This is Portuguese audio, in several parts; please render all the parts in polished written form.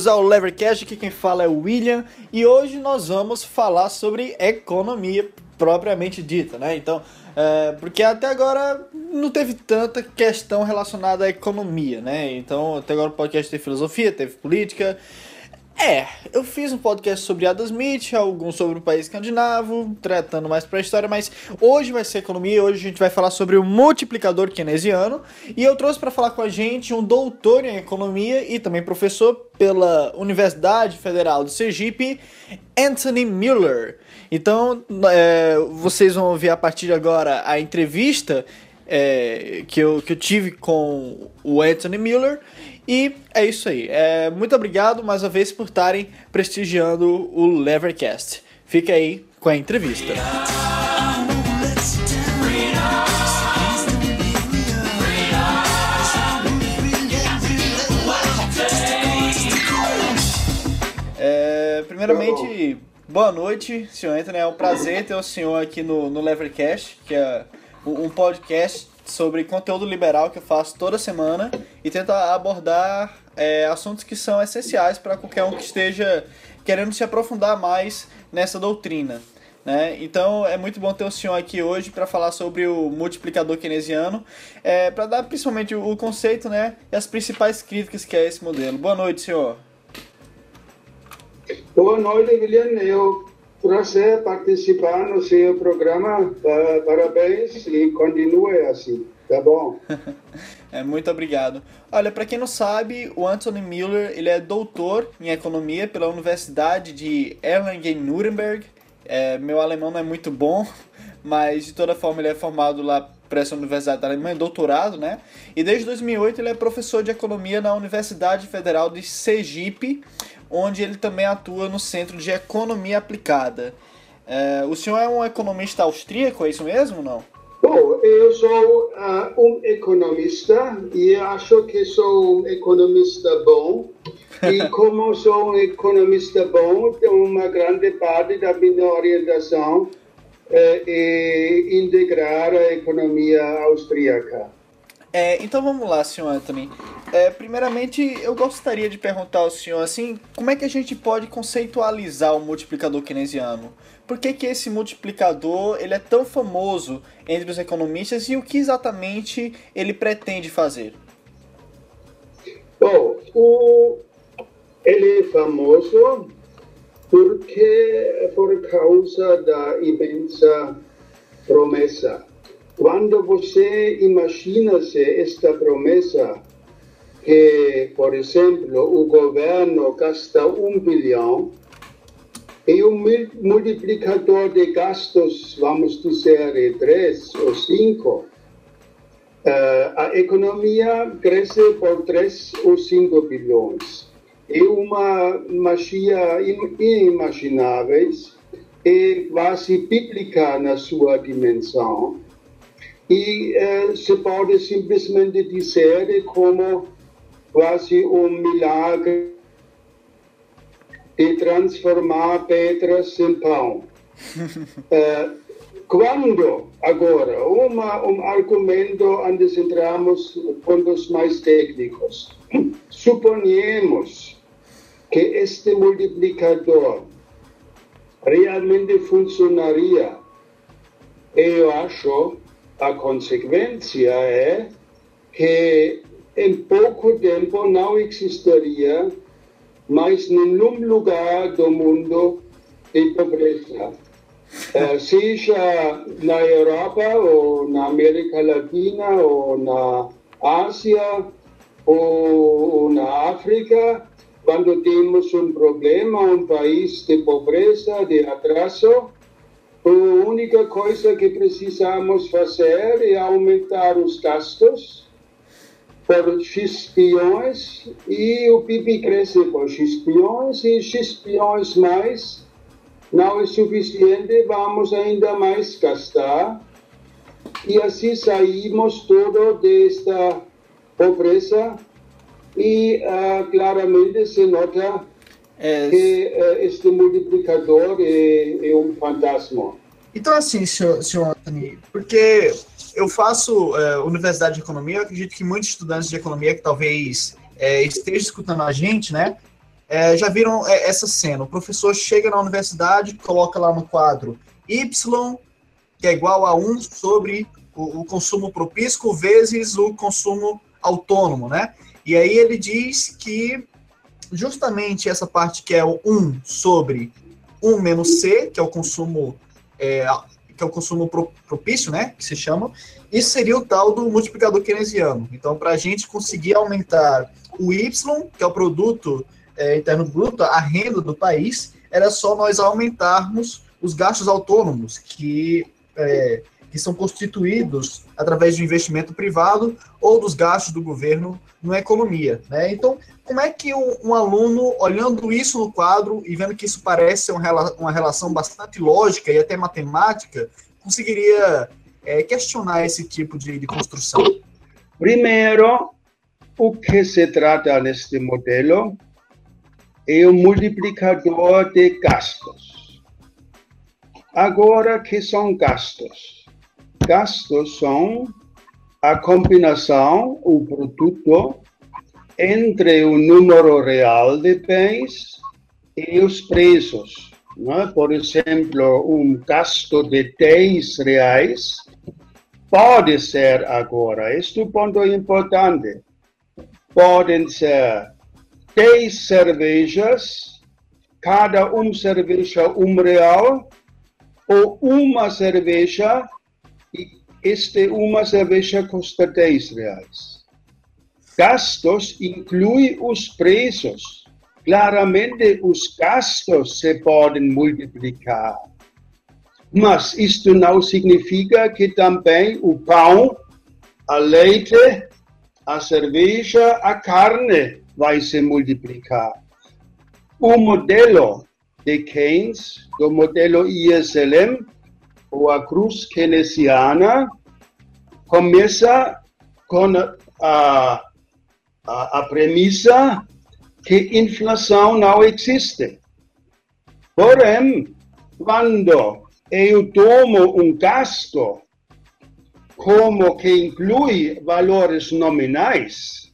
bem-vindos ao Levercast, aqui quem fala é o William, e hoje nós vamos falar sobre economia propriamente dita, né? Então, porque até agora não teve tanta questão relacionada à economia, né? Então, até agora o podcast teve filosofia, teve política. Eu fiz um podcast sobre Adam Smith, alguns sobre o país escandinavo, tratando mais pra história, mas hoje vai ser economia, hoje a gente vai falar sobre o multiplicador keynesiano, e eu trouxe para falar com a gente um doutor em economia e também professor pela Universidade Federal do Sergipe, Anthony Miller. Então, vocês vão ouvir a partir de agora a entrevista que eu tive com o Anthony Miller. E é isso aí. Muito obrigado mais uma vez por estarem prestigiando o Levercast. Fica aí com a entrevista. Primeiramente, boa noite, senhor Anthony. É um prazer ter o senhor aqui no Levercast, que é um podcast sobre conteúdo liberal que eu faço toda semana e tento abordar assuntos que são essenciais para qualquer um que esteja querendo se aprofundar mais nessa doutrina, né? Então é muito bom ter o senhor aqui hoje para falar sobre o multiplicador keynesiano, para dar principalmente o conceito, né, e as principais críticas que é esse modelo. Boa noite, senhor. Boa noite, William. Prazer participar no seu programa. Parabéns e continue assim, tá bom? Muito obrigado. Olha, para quem não sabe, o Anthony Miller, ele é doutor em economia pela Universidade de Erlangen-Nuremberg. Meu alemão não é muito bom, mas de toda forma ele é formado lá para essa Universidade da Alemanha, doutorado, né? E desde 2008 ele é professor de economia na Universidade Federal de Sergipe, onde ele também atua no Centro de Economia Aplicada. O senhor é um economista austríaco, é isso mesmo ou não? Bom, eu sou um economista e acho que sou um economista bom. E como sou um economista bom, uma grande parte da minha orientação é integrar a economia austríaca. Então vamos lá, senhor Anthony. Primeiramente, eu gostaria de perguntar ao senhor, assim, como é que a gente pode conceitualizar o multiplicador keynesiano? Por que esse multiplicador ele é tão famoso entre os economistas e o que exatamente ele pretende fazer? Bom, ele é famoso porque por causa da imensa promessa. Quando você imagina-se esta promessa, que, por exemplo, o governo gasta 1 bilhão, e o multiplicador de gastos, vamos dizer, é 3 ou 5, a economia cresce por 3 ou 5 bilhões. É uma magia inimaginável, é quase bíblica na sua dimensão. E se pode simplesmente dizer como quase um milagre de transformar pedras em pão. Quando, agora, um argumento antes de entrarmos em pontos mais técnicos. Suponhamos que este multiplicador realmente funcionaria. Eu acho a consequência é que em pouco tempo não existiria mais nenhum lugar do mundo de pobreza. Seja na Europa, ou na América Latina, ou na Ásia, ou na África, quando temos um problema, um país de pobreza, de atraso, a única coisa que precisamos fazer é aumentar os gastos por X bilhões e o PIB cresce por X bilhões e X bilhões mais não é suficiente, vamos ainda mais gastar e assim saímos todo desta pobreza e claramente se nota que este multiplicador é um fantasma. Então, assim, senhor Anthony, porque eu faço Universidade de Economia, eu acredito que muitos estudantes de economia que talvez estejam escutando a gente, né, Já viram essa cena? O professor chega na universidade, coloca lá no quadro Y, que é igual a 1 sobre o consumo propício vezes o consumo autônomo, né? E aí ele diz que justamente essa parte que é o 1 sobre 1 menos C, que é o consumo propício, né, que se chama, isso seria o tal do multiplicador keynesiano. Então, para a gente conseguir aumentar o Y, que é o produto interno bruto, a renda do país, era só nós aumentarmos os gastos autônomos, que são constituídos através de investimento privado ou dos gastos do governo na economia, né? Então, como é que um aluno, olhando isso no quadro e vendo que isso parece uma relação bastante lógica e até matemática, conseguiria questionar esse tipo de construção? Primeiro, o que se trata neste modelo é o multiplicador de gastos. Agora, que são gastos? Gastos são a combinação, o produto, entre o número real de bens e os preços. Né? Por exemplo, um gasto de R$10 pode ser agora, este é um ponto importante, podem ser 10 cervejas, cada cerveja R$1, ou uma cerveja, e uma cerveja custa R$10. Gastos inclui os preços. Claramente, os gastos se podem multiplicar. Mas isto não significa que também o pão, a leite, a cerveja, a carne vai se multiplicar. O modelo de Keynes, do modelo ISLM, ou a cruz keynesiana, começa com a premissa que inflação não existe. Porém, quando eu tomo um gasto como que inclui valores nominais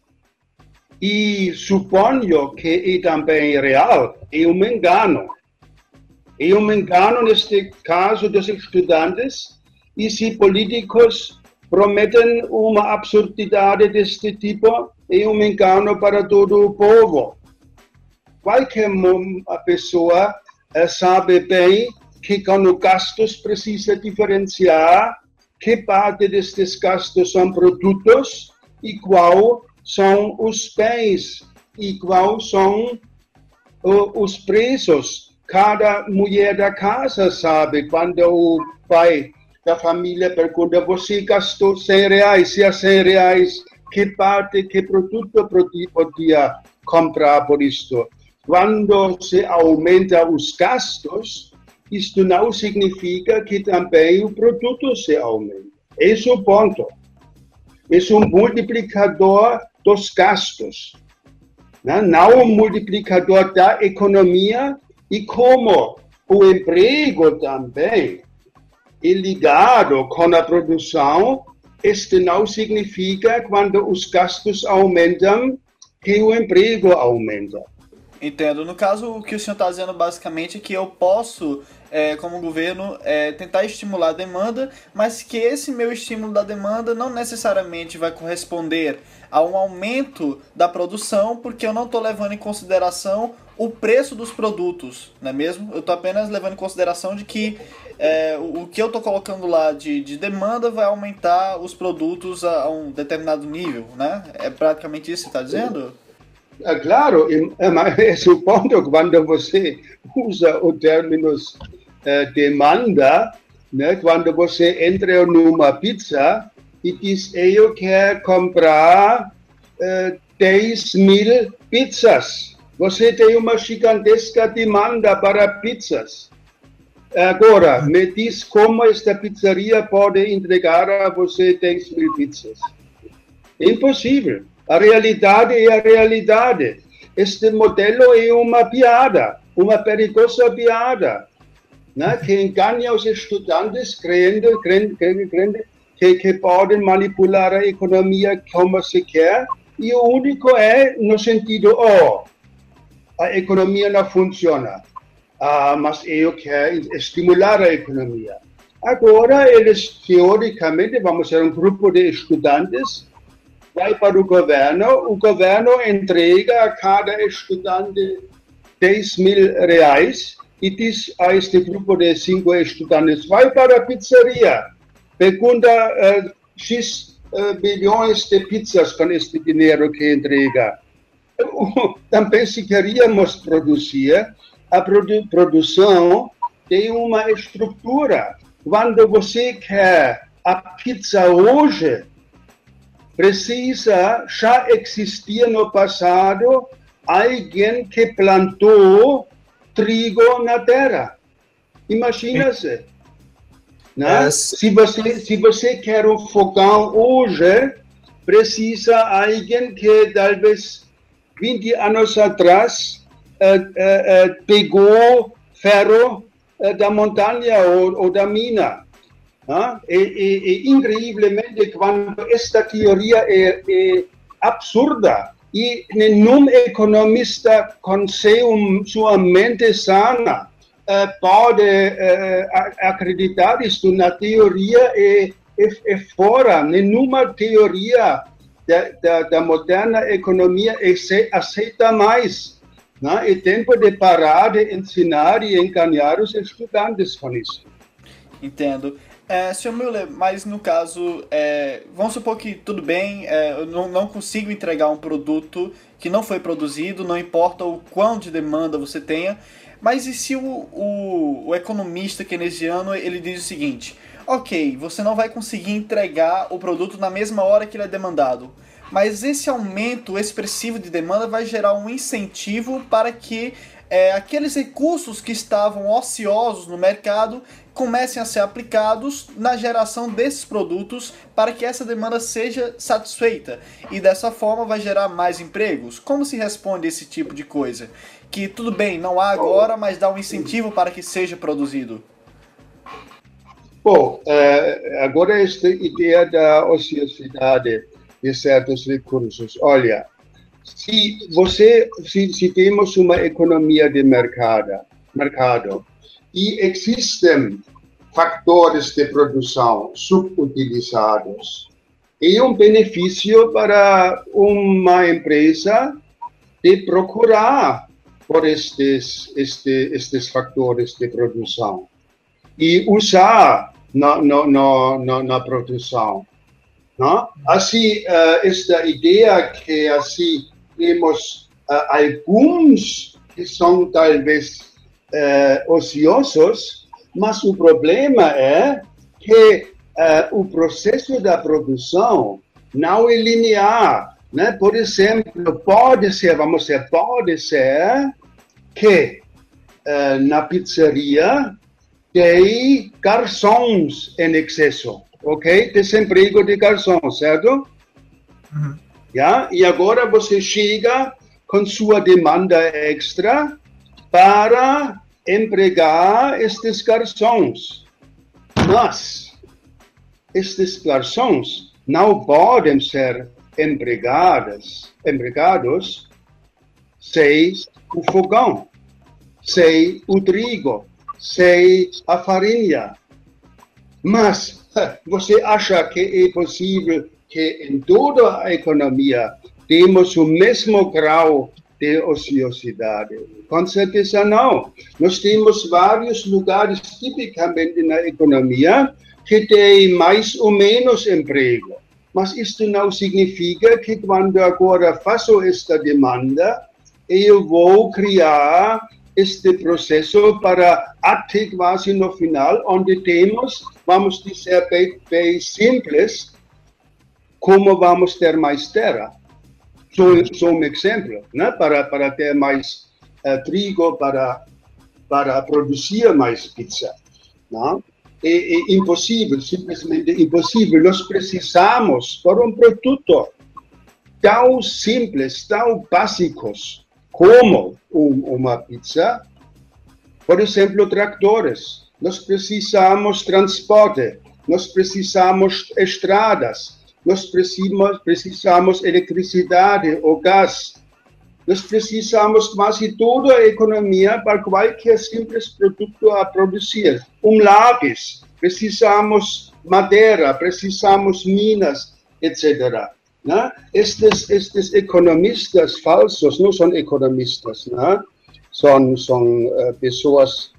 e suponho que é também real, eu me engano. Eu me engano neste caso dos estudantes e se políticos prometem uma absurdidade deste tipo, eu me engano para todo o povo. Qualquer pessoa sabe bem que com os gastos precisa diferenciar que parte destes gastos são produtos e qual são os bens e qual são os preços. Cada mulher da casa sabe quando o pai da família pergunta: você gastou R$100, se é R$100, que parte, que produto podia comprar por isto? Quando se aumenta os gastos, isto não significa que também o produto se aumenta. Esse é o ponto. Esse é um multiplicador dos gastos, não um multiplicador da economia. E como o emprego também é ligado com a produção, este não significa quando os gastos aumentam que o emprego aumenta. Entendo. No caso, o que o senhor está dizendo basicamente é que eu posso, como governo, tentar estimular a demanda, mas que esse meu estímulo da demanda não necessariamente vai corresponder a um aumento da produção, porque eu não estou levando em consideração o preço dos produtos, não é mesmo? Eu estou apenas levando em consideração de que o que eu estou colocando lá de demanda vai aumentar os produtos a um determinado nível, né? É praticamente isso que você está dizendo? Claro, esse é o ponto quando você usa o termo demanda, né? Quando você entra numa pizza e diz: eu quero comprar 10.000 pizzas. Você tem uma gigantesca demanda para pizzas. Agora, me diz como esta pizzaria pode entregar a você 10.000 pizzas. Impossível. A realidade é a realidade. Este modelo é uma piada, uma perigosa piada, né? Que engana os estudantes crendo que podem manipular a economia como se quer. E o único é no sentido, a economia não funciona, mas eu quero estimular a economia. Agora, eles, teoricamente, vamos ser um grupo de estudantes, vai para o governo entrega a cada estudante 10 mil reais e diz a este grupo de 5 estudantes, vai para a pizzaria, pergunta X bilhões de pizzas com este dinheiro que entrega. Também se queríamos produzir, a produção tem uma estrutura. Quando você quer a pizza hoje, precisa já existir no passado alguém que plantou trigo na terra. Imagina-se. Né? Se você quer um fogão hoje, precisa alguém que talvez 20 anos atrás pegou ferro da montanha ou da mina. E incrivelmente, quando esta teoria é absurda, e nenhum economista com sua mente sana pode acreditar isso na teoria é fora. Nenhuma teoria da moderna economia aceita mais. É tempo de parar de ensinar e enganar os estudantes com isso. Entendo. Sr. Müller, mas no caso, vamos supor que tudo bem, eu não consigo entregar um produto que não foi produzido, não importa o quão de demanda você tenha, mas e se o economista keynesiano ele diz o seguinte, ok, você não vai conseguir entregar o produto na mesma hora que ele é demandado, mas esse aumento expressivo de demanda vai gerar um incentivo para que aqueles recursos que estavam ociosos no mercado comecem a ser aplicados na geração desses produtos para que essa demanda seja satisfeita. E dessa forma vai gerar mais empregos. Como se responde esse tipo de coisa? Que tudo bem, não há agora, mas dá um incentivo para que seja produzido. Bom, agora esta ideia da ociosidade de certos recursos. Olha, se temos uma economia de mercado e existem fatores de produção subutilizados, é um benefício para uma empresa de procurar por estes fatores de produção e usar na produção. Não? Assim, esta ideia que assim temos alguns que são talvez ociosos, mas o problema é que o processo da produção não é linear. Né? Por exemplo, pode ser que na pizzaria tem garçons em excesso. Ok? Desemprego de garçom, certo? Uhum. Yeah? E agora você chega com sua demanda extra para empregar estes garçons. Mas estes garçons não podem ser empregados sem o fogão, sem o trigo, sem a farinha. Mas você acha que é possível que em toda a economia temos o mesmo grau de ociosidade? Com certeza não. Nós temos vários lugares, tipicamente na economia, que têm mais ou menos emprego. Mas isso não significa que quando agora faço esta demanda, eu vou criar este processo para até quase no final, onde temos, vamos dizer bem simples, como vamos ter mais terra. Só um exemplo, né? Para ter mais trigo, para produzir mais pizza. Não? É impossível, simplesmente impossível. Nós precisamos, por um produto tão simples, tão básicos, como uma pizza, por exemplo, tratores. Nós precisamos transporte, nós precisamos estradas, nós precisamos eletricidade ou gás. Nós precisamos quase toda a economia para qualquer simples produto a produzir. Lápis, precisamos madeira, precisamos minas, etc. Né? Estes economistas falsos não são economistas, né? São pessoas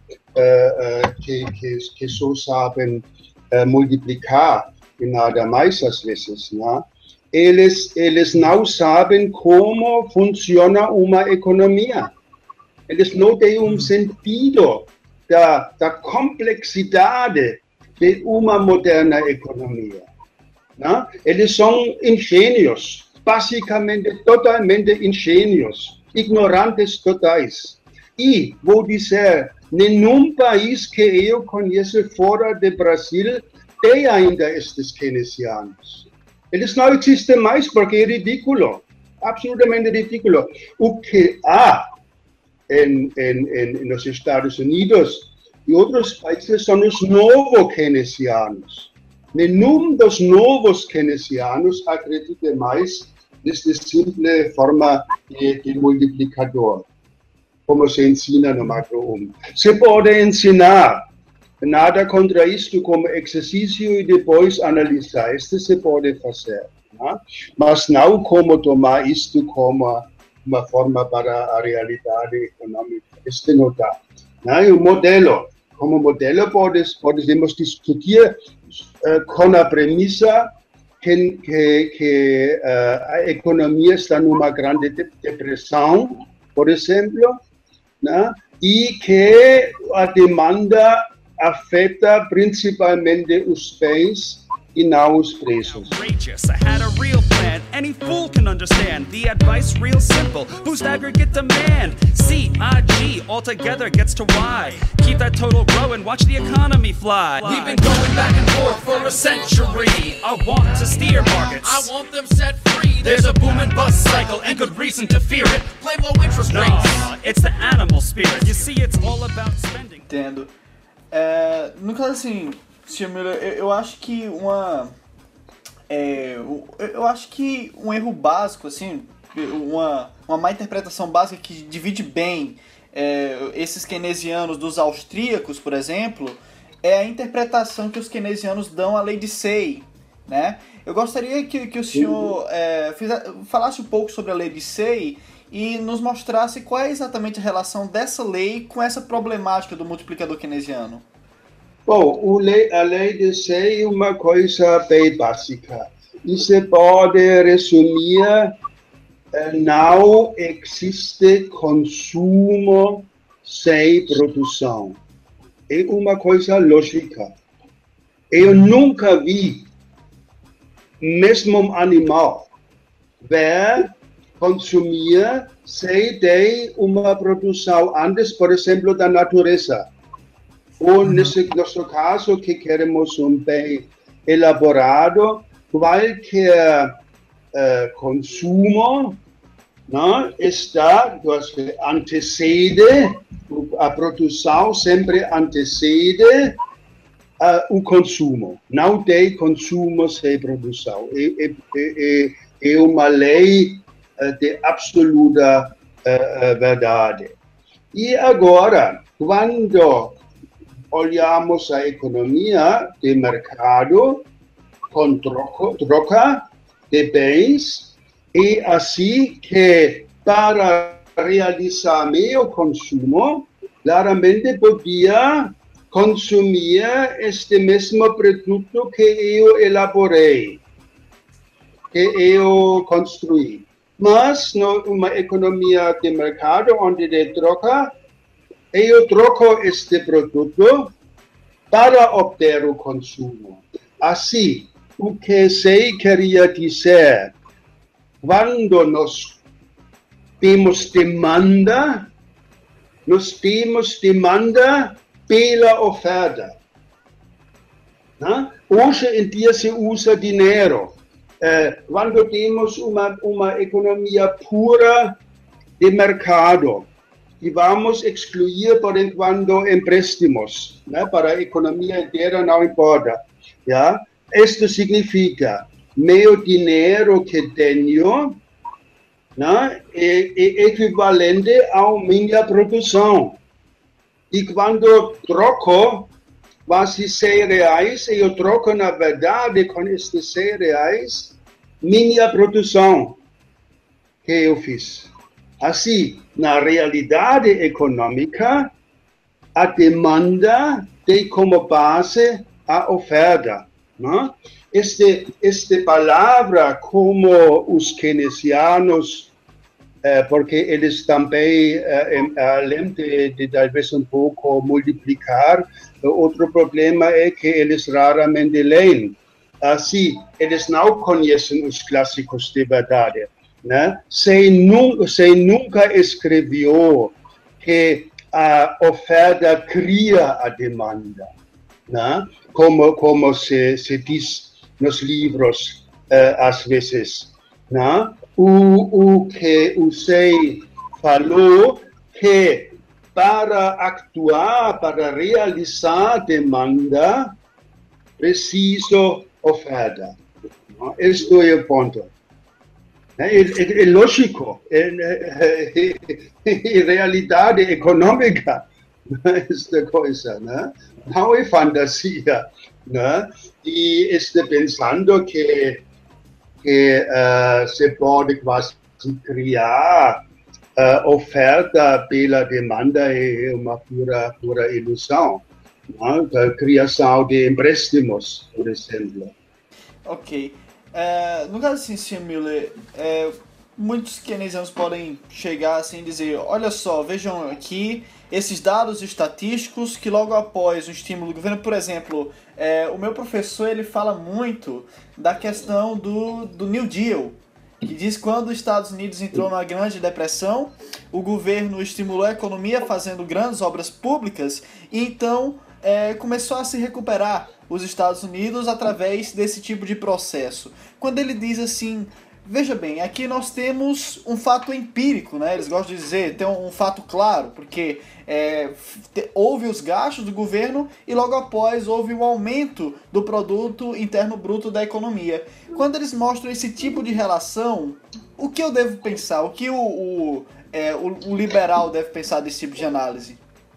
que só sabem multiplicar e nada mais às vezes, né? Eles não sabem como funciona uma economia. Eles não têm sentido da complexidade de uma moderna economia. Né? Eles são ingênuos, basicamente totalmente ingênuos, ignorantes totais. E, vou dizer, nenhum país que eu conheço fora do Brasil tem ainda estes keynesianos. Eles não existem mais porque é ridículo, absolutamente ridículo. O que há nos Estados Unidos e outros países são os novos keynesianos. Nenhum dos novos keynesianos acredita mais nesta simples forma de multiplicador, como se ensina no macro 1. Se pode ensinar, nada contra isto como exercício e depois analisar. Isto se pode fazer, né? Mas não como tomar isto como uma forma para a realidade econômica. Isto não dá. Né? O modelo, como modelo podemos discutir com a premissa que a economia está numa grande depressão, por exemplo, né? E que a demanda afeta principalmente os bens e não os preços. I had a real plan, any fool can understand. The advice real simple, boost aggregate demand. CIG altogether gets to Y. Keep that total growing, watch the economy fly. We've been going back and forth for a century. I want to steer markets, I want them set free. There's a boom and bust cycle and good reason to fear it. Blame low interest rates. No, it's the animal spirit. You see, it's all about spending. Entendo. No caso assim, Sr. Miller, eu acho que eu acho que um erro básico, assim, uma má interpretação básica que divide bem esses keynesianos dos austríacos, por exemplo, é a interpretação que os keynesianos dão à lei de Say, né? Eu gostaria que o senhor falasse um pouco sobre a lei de Say e nos mostrasse qual é exatamente a relação dessa lei com essa problemática do multiplicador keynesiano. Bom, a lei de Say é uma coisa bem básica. E se pode resumir, não existe consumo sem produção. É uma coisa lógica. Eu nunca vi, mesmo um animal, consumir sem ter uma produção antes, por exemplo, da natureza. Ou, nesse nosso caso, que queremos bem elaborado, qualquer consumo, né, antecede, a produção sempre antecede o consumo. Não tem consumo sem produção. É uma lei de absoluta verdade. E agora, quando olhamos a economia de mercado com troca de bens, e assim que para realizar meu consumo, claramente podia consumir este mesmo produto que eu elaborei, que eu construí. Mas numa economia de mercado onde de troca, eu troco este produto para obter o consumo. Assim, o que Say queria dizer, quando nós temos demanda pela oferta. Né? Hoje em dia se usa dinheiro. Quando temos uma economia pura de mercado, e vamos excluir, por enquanto, empréstimos, né? Para a economia inteira não importa. Ja? Isto significa, meu dinheiro que tenho né, é equivalente à minha produção. E quando troco quase R$6, eu troco, na verdade, com estes R$6, minha produção que eu fiz. Assim, na realidade econômica, a demanda tem como base a oferta. Né? Esta palavra, como os keynesianos, porque eles também, além de talvez um pouco multiplicar, outro problema é que eles raramente leem. Assim, eles não conhecem os clássicos de verdade. Né? Se nunca escreveu que a oferta cria a demanda, né? Como se diz nos livros, às vezes. Né? O que o Sei falou, que para actuar, para realizar demanda, preciso oferta. Né? Este é o ponto. É lógico, é realidade econômica esta coisa, né? Não é fantasia, né? E estou pensando que se pode quase criar oferta pela demanda é uma pura ilusão, né? A criação de empréstimos, por exemplo. Ok. No caso assim, Sr. Müller, muitos keynesianos podem chegar assim e dizer, olha só, vejam aqui esses dados estatísticos que logo após o estímulo do governo, por exemplo, o meu professor ele fala muito da questão do New Deal, que diz que quando os Estados Unidos entrou na Grande Depressão, o governo estimulou a economia fazendo grandes obras públicas e então começou a se recuperar os Estados Unidos através desse tipo de processo. Quando ele diz assim, veja bem, aqui nós temos um fato empírico, né? Eles gostam de dizer, tem um fato claro, porque houve os gastos do governo e logo após houve um aumento do produto interno bruto da economia. Quando eles mostram esse tipo de relação, o que eu devo pensar? O que o liberal deve pensar desse tipo de análise?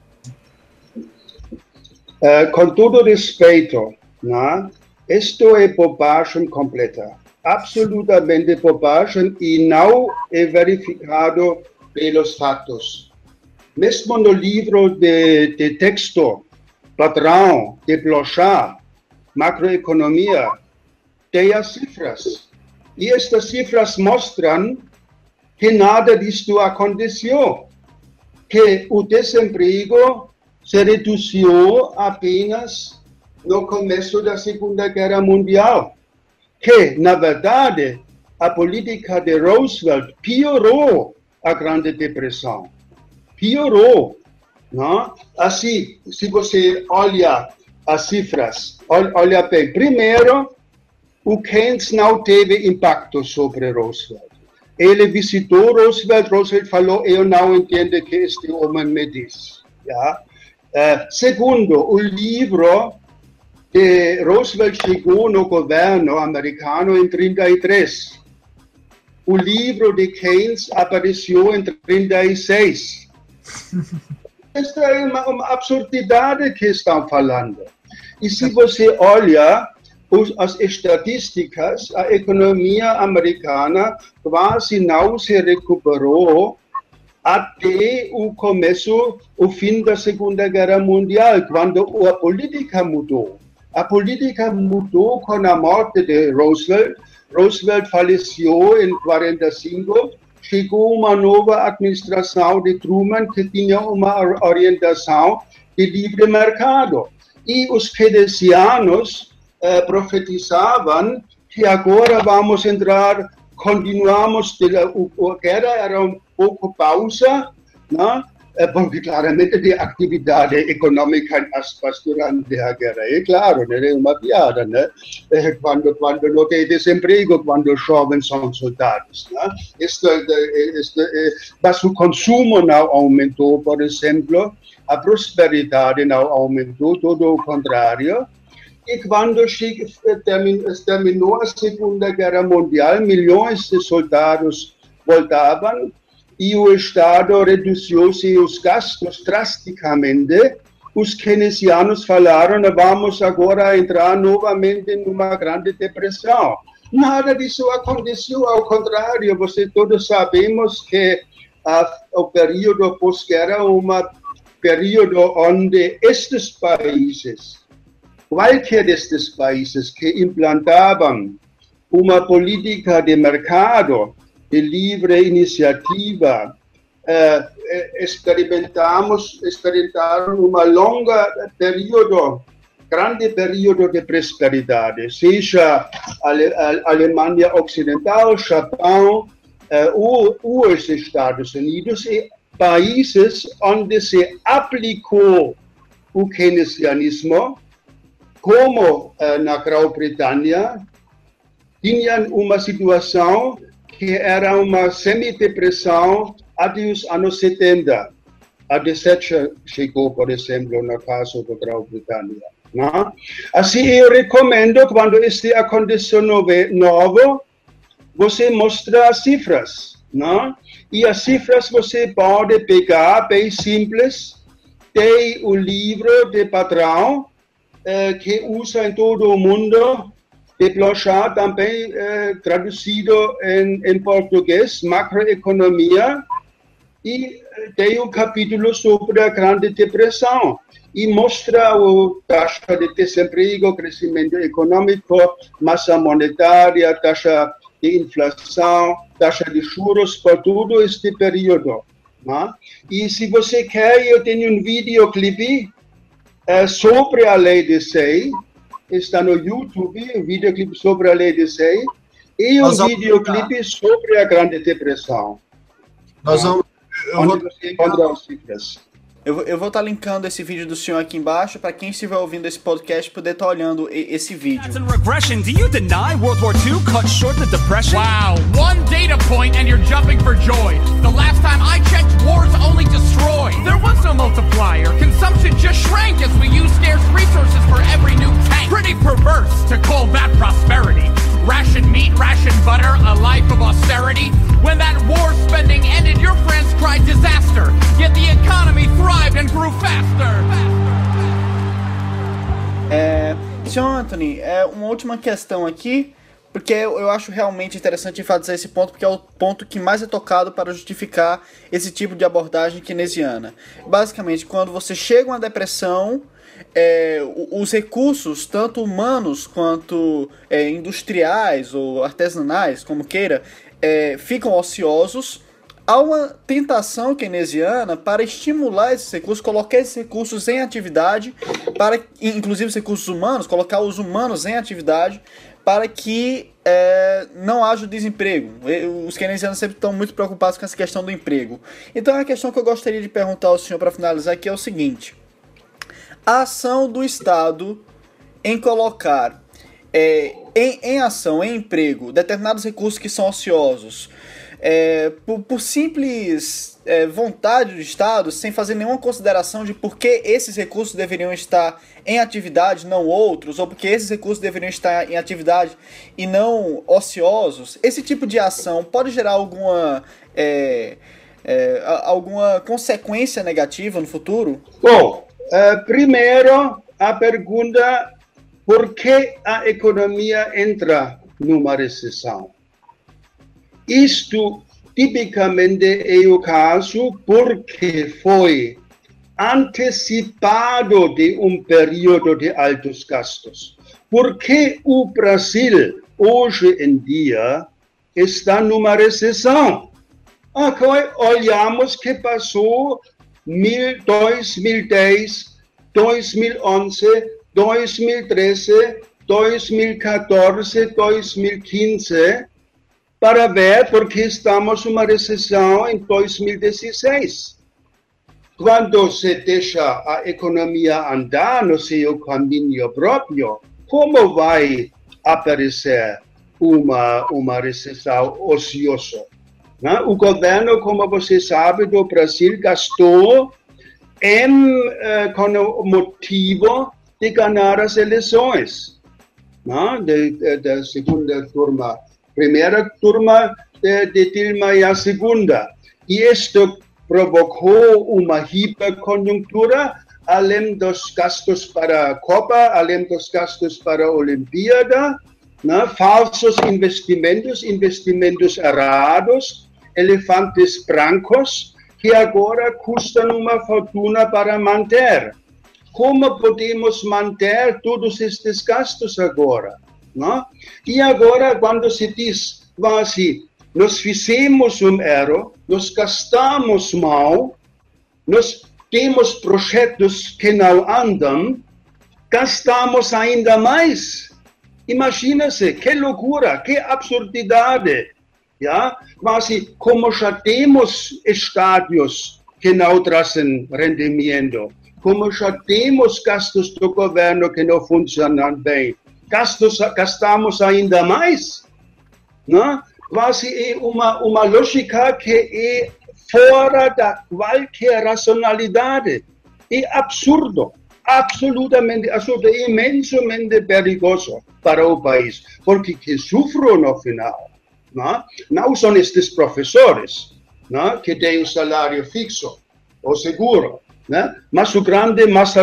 Com todo respeito, né? Isto é bobagem completa. Absolutamente bobagem e não é verificado pelos fatos. Mesmo no livro de texto, padrão de Blanchard, macroeconomia, tem as cifras. E estas cifras mostram que nada disto aconteceu. Que o desemprego se reduziu apenas no começo da Segunda Guerra Mundial, que, na verdade, a política de Roosevelt piorou a Grande Depressão. Piorou. Não? Assim, se você olha as cifras, olha bem. Primeiro, o Keynes não teve impacto sobre Roosevelt. Ele visitou Roosevelt falou, eu não entendo o que este homem me diz. Ja? Segundo, o livro de Roosevelt chegou no governo americano em 1933. O livro de Keynes apareceu em 1936. Esta é uma absurdidade que estão falando. E se você olha as estatísticas, a economia americana quase não se recuperou até o fim da Segunda Guerra Mundial, quando a política mudou. A política mudou com a morte de Roosevelt. Roosevelt faleceu em 1945, chegou uma nova administração de Truman que tinha uma orientação de livre mercado. E os keynesianos profetizavam que agora vamos entrar, continuamos, a guerra era um pouco pausa, né? Porque claramente a atividade econômica durante a guerra, é claro, né? É uma piada, né? Quando não tem desemprego, quando os jovens são soldados. Né? Mas o consumo não aumentou, por exemplo, a prosperidade não aumentou, todo o contrário. E quando terminou a Segunda Guerra Mundial, milhões de soldados voltavam e o Estado reduziu seus gastos drasticamente. Os keynesianos falaram, vamos agora entrar novamente numa grande depressão. Nada disso aconteceu, ao contrário, todos sabemos que o período pós-guerra é um período onde estes países, qualquer destes países que implantavam uma política de mercado, de livre iniciativa, experimentaram grande período de prosperidade, seja a Alemanha Ocidental, Japão, os Estados Unidos, e países onde se aplicou o keynesianismo, como na Grã-Bretanha, tinham uma situação que era uma semidepressão até os anos 70. A Thatcher chegou, por exemplo, no caso da Grã-Bretanha. Não? Assim, eu recomendo, quando este aconteceu novo, você mostra as cifras. Não? E as cifras você pode pegar, bem simples. Tem o livro de padrão, que usa em todo o mundo, de Blanchard, também traduzido em português, Macroeconomia, e tem um capítulo sobre a Grande Depressão, e mostra a taxa de desemprego, crescimento econômico, massa monetária, taxa de inflação, taxa de juros, por todo este período. Né? E se você quer, eu tenho um videoclipe sobre a Lei de Sey, está no YouTube, um videoclipe sobre a Lei de Sey, e um videoclipe sobre a Grande Depressão. Você encontra as cifras. Eu vou estar linkando esse vídeo do senhor aqui embaixo para quem estiver ouvindo esse podcast poder estar olhando esse vídeo. Regression. Do you deny World War II cut short the depression? Wow, one data point and you're jumping for joy. The last time I checked, wars only destroy. There was no multiplier. Consumption just shrank as we used scarce resources for every new tank. Pretty perverse to call that prosperity. Ration meat, ration butter, a life of austerity. When that war spending ended, your friends cried disaster. Yet the economy thrived and grew faster. Senhor Anthony, uma última questão aqui, porque eu acho realmente interessante enfatizar esse ponto, porque é o ponto que mais é tocado para justificar esse tipo de abordagem keynesiana. Basicamente, quando você chega a uma depressão, os recursos, tanto humanos quanto industriais ou artesanais, como queira, ficam ociosos. Há uma tentação keynesiana para estimular esses recursos, colocar esses recursos em atividade, para, inclusive os recursos humanos, colocar os humanos em atividade, para que não haja desemprego. Os keynesianos sempre estão muito preocupados com essa questão do emprego. Então a questão que eu gostaria de perguntar ao senhor para finalizar aqui é o seguinte: a ação do Estado em colocar em ação, em emprego, determinados recursos que são ociosos, por simples vontade do Estado, sem fazer nenhuma consideração de por que esses recursos deveriam estar em atividade, não outros, ou porque esses recursos deveriam estar em atividade e não ociosos, esse tipo de ação pode gerar alguma consequência negativa no futuro? Bom, primeiro, a pergunta: por que a economia entra numa recessão? Isto, tipicamente, é o caso porque foi antecipado de um período de altos gastos. Porque o Brasil, hoje em dia, está numa recessão. Olhamos que passou 2010, 2011, 2013, 2014, 2015, para ver porque estamos numa recessão em 2016. Quando se deixa a economia andar no seu caminho próprio, como vai aparecer uma recessão ociosa? O governo, como você sabe, do Brasil gastou com o motivo de ganhar as eleições da segunda turma. Primeira turma de Dilma II. E isto provocou uma hiperconjuntura, além dos gastos para a Copa, além dos gastos para a Olimpíada, né? Falsos investimentos errados, elefantes brancos, que agora custam uma fortuna para manter. Como podemos manter todos estes gastos agora? Né? E agora, quando se diz, assim, nós fizemos erro, nós gastamos mal, nós temos projetos que não andam, gastamos ainda mais. Imagina-se, que loucura, que absurdidade. Ja? Quase como já temos estádios que não trazem rendimento, como já temos gastos do governo que não funcionam bem, gastamos ainda mais. Né? Quase é uma lógica que é fora da qualquer racionalidade. É absurdo, absolutamente absurdo, é imensamente perigoso para o país, porque que sofrem no final não são estes professores que têm o salário fixo ou seguro, mas o grande massa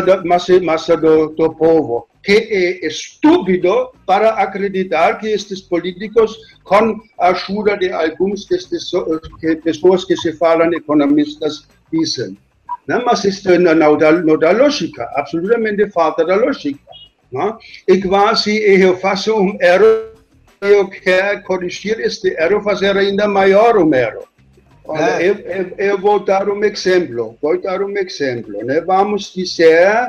do povo, que é estúpido para acreditar que estes políticos, com a ajuda de algumas pessoas que se falam economistas, dizem. Mas isto não dá lógica, absolutamente falta da lógica. E quase eu faço erro, eu quero corrigir este erro, fazer ainda maior erro. Olha, eu vou dar um exemplo. Vamos dizer,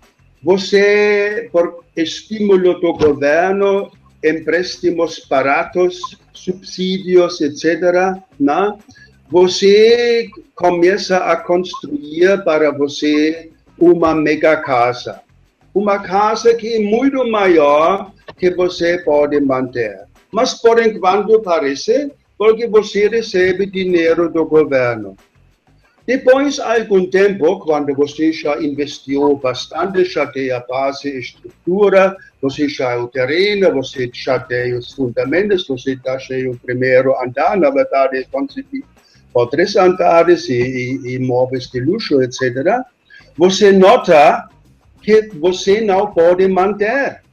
você, por estímulo do governo, empréstimos baratos, subsídios, etc., você começa a construir para você uma mega casa. Uma casa que é muito maior que você pode manter. Mas, por enquanto, parece porque você recebe dinheiro do governo. Depois, algum tempo, quando você já investiu bastante, já tem a base, a estrutura, você já tem o terreno, você já tem os fundamentos, você já tem o primeiro andar, na verdade, construído por 3 andares e imóveis de luxo, etc., você nota que você não pode manter.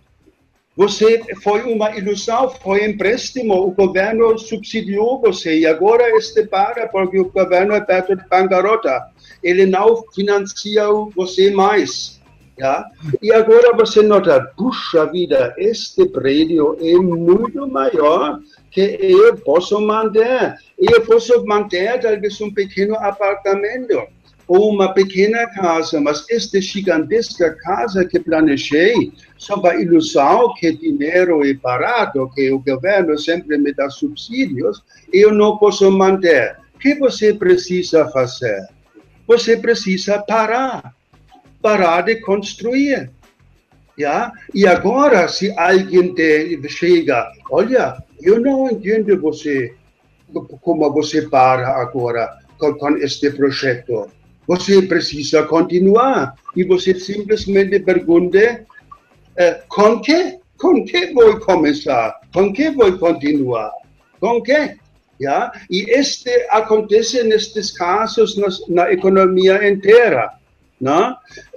Foi uma ilusão, foi empréstimo, o governo subsidiou você e agora este para porque o governo é perto de bancarrota. Ele não financia você mais. Ja? E agora você nota, puxa vida, este prédio é muito maior que eu posso manter. Eu posso manter talvez um pequeno apartamento ou uma pequena casa, mas esta gigantesca casa que planejei, só para ilusão que dinheiro é barato, que o governo sempre me dá subsídios, eu não posso manter. O que você precisa fazer? Você precisa parar de construir. Ja? E agora, se alguém chega, olha, eu não entendo você, como você para agora com este projeto. Você precisa continuar. E você simplesmente pergunta, com que vou começar? Com que vou continuar? Com que? Ja? E acontece nestes casos na economia inteira. Não?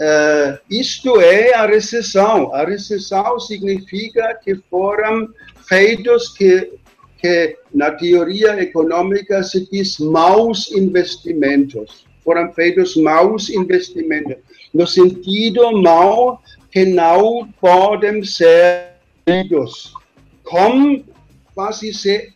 Isto é a recessão. A recessão significa que foram feitos que na teoria econômica se diz maus investimentos. Foram feitos maus investimentos, no sentido mau que não podem ser feitos. Como quase se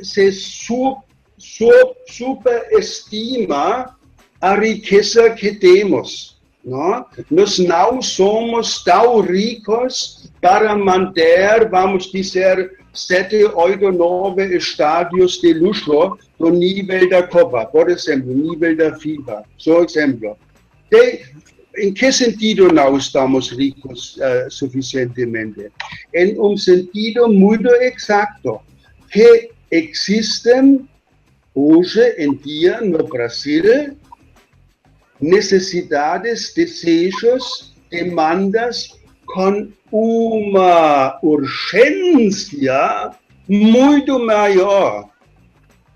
superestima a riqueza que temos. Não? Nós não somos tão ricos para manter, vamos dizer, 7, 8, 9 estádios de luxo do nível da Copa, por exemplo, nível da FIFA, só exemplo. Em que sentido não estamos ricos suficientemente? Em um sentido muito exato, que existem hoje em dia no Brasil necessidades, desejos, demandas com uma urgência muito maior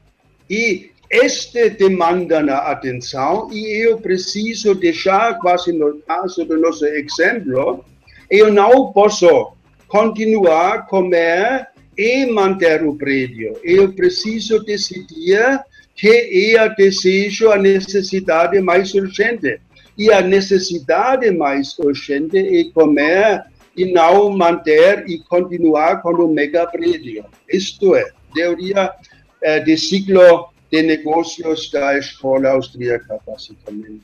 E este demanda na atenção, e eu preciso deixar quase no caso do nosso exemplo, eu não posso continuar a comer e manter o prédio. Eu preciso decidir que eu desejo a necessidade mais urgente. E a necessidade mais urgente é comer e não manter e continuar com o mega prédio. Isto é, teoria de ciclo de negócios da escola austríaca, basicamente.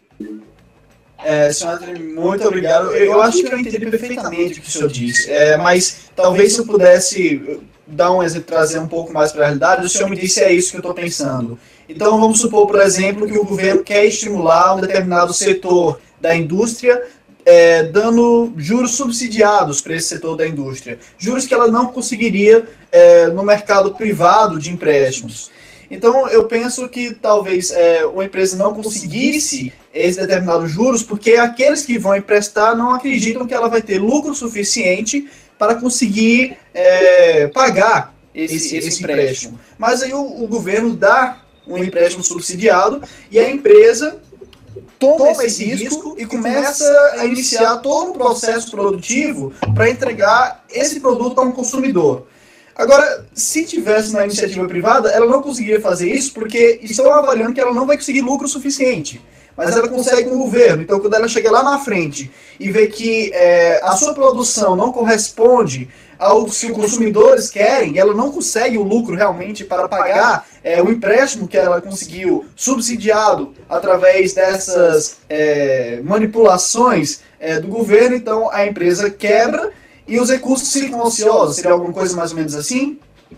Senhor Anthony, muito obrigado. Eu acho que eu entendi perfeitamente o que o senhor disse, mas talvez se eu pudesse dar um exemplo, trazer um pouco mais para a realidade, o senhor me disse é isso que eu estou pensando. Então vamos supor, por exemplo, que o governo quer estimular um determinado setor da indústria, dando juros subsidiados para esse setor da indústria, juros que ela não conseguiria no mercado privado de empréstimos. Então, eu penso que talvez uma empresa não conseguisse esses determinados juros porque aqueles que vão emprestar não acreditam que ela vai ter lucro suficiente para conseguir pagar esse empréstimo. Mas aí o governo dá um empréstimo subsidiado e a empresa toma esse risco e começa a iniciar todo um processo produtivo para entregar esse produto a um consumidor. Agora, se tivesse na iniciativa privada, ela não conseguiria fazer isso porque estão avaliando que ela não vai conseguir lucro suficiente. Mas ela consegue com o governo. Então, quando ela chega lá na frente e vê que a sua produção não corresponde ao que os consumidores querem, ela não consegue o lucro realmente para pagar o empréstimo que ela conseguiu subsidiado através dessas manipulações do governo, então a empresa quebra e os recursos ficam ociosos. Seria alguma coisa mais ou menos assim?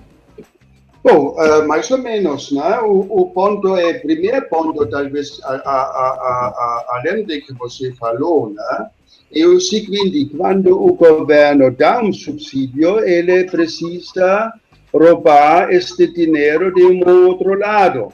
Bom, mais ou menos, né? O ponto primeiro ponto, talvez, além do que você falou, né? É o seguinte, quando o governo dá um subsídio, ele precisa roubar este dinheiro de um outro lado.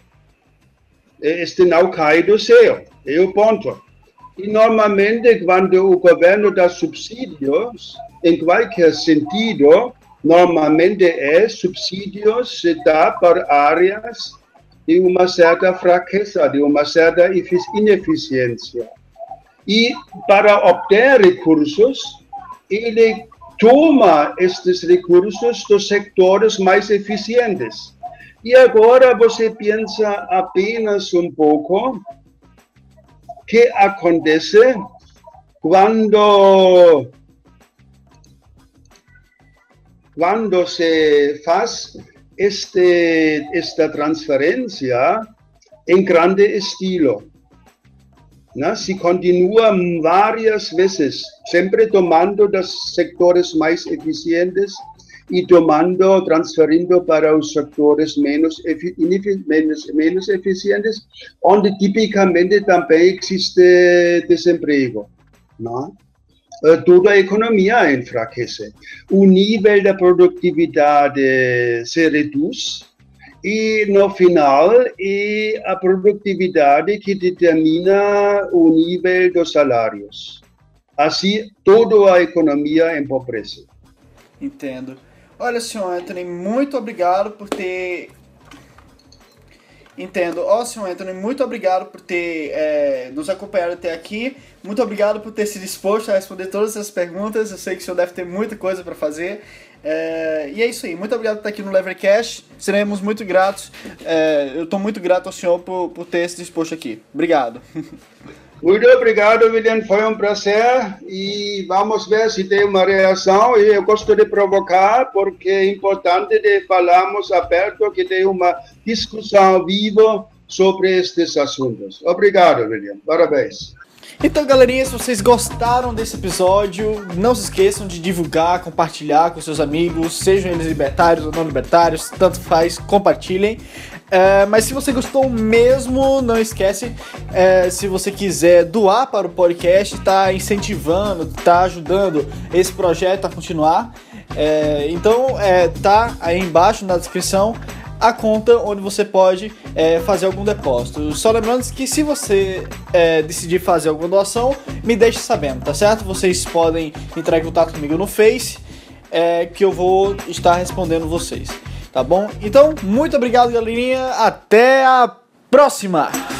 Este não cai do céu, é o ponto. E normalmente, quando o governo dá subsídios, em qualquer sentido, normalmente subsídios se dá para áreas de uma certa fraqueza, de uma certa ineficiência. E para obter recursos, ele toma estes recursos dos sectores mais eficientes. E agora você pensa apenas um pouco o que acontece quando se faz esta transferência em grande estilo. Se continua várias vezes, sempre tomando dos sectores mais eficientes e transferindo para os sectores menos eficientes, onde tipicamente também existe desemprego. Toda a economia enfraquece. O nível da produtividade se reduz e, no final, é a produtividade que determina o nível dos salários. Assim, toda a economia empobrece. Entendo. Olha, senhor Anthony, muito obrigado por ter... Entendo. Senhor Anthony, muito obrigado por ter nos acompanhado até aqui. Muito obrigado por ter se disposto a responder todas essas perguntas. Eu sei que o senhor deve ter muita coisa para fazer. E é isso aí. Muito obrigado por estar aqui no Levercast. Seremos muito gratos. Eu estou muito grato ao senhor por ter se disposto aqui. Obrigado. Muito obrigado, William. Foi um prazer. E vamos ver se tem uma reação. E eu gosto de provocar, porque é importante de falarmos aberto, que tem uma discussão viva sobre estes assuntos. Obrigado, William. Parabéns. Então, galerinha, se vocês gostaram desse episódio, não se esqueçam de divulgar, compartilhar com seus amigos, sejam eles libertários ou não libertários, tanto faz, compartilhem. Mas se você gostou mesmo, não esquece, se você quiser doar para o podcast, tá incentivando, tá ajudando esse projeto a continuar. Então, tá aí embaixo na descrição a conta onde você pode fazer algum depósito. Só lembrando que se você decidir fazer alguma doação, me deixe sabendo, tá certo? Vocês podem entrar em contato comigo no Face, que eu vou estar respondendo vocês. tá bom? Então, muito obrigado, galerinha. Até a próxima!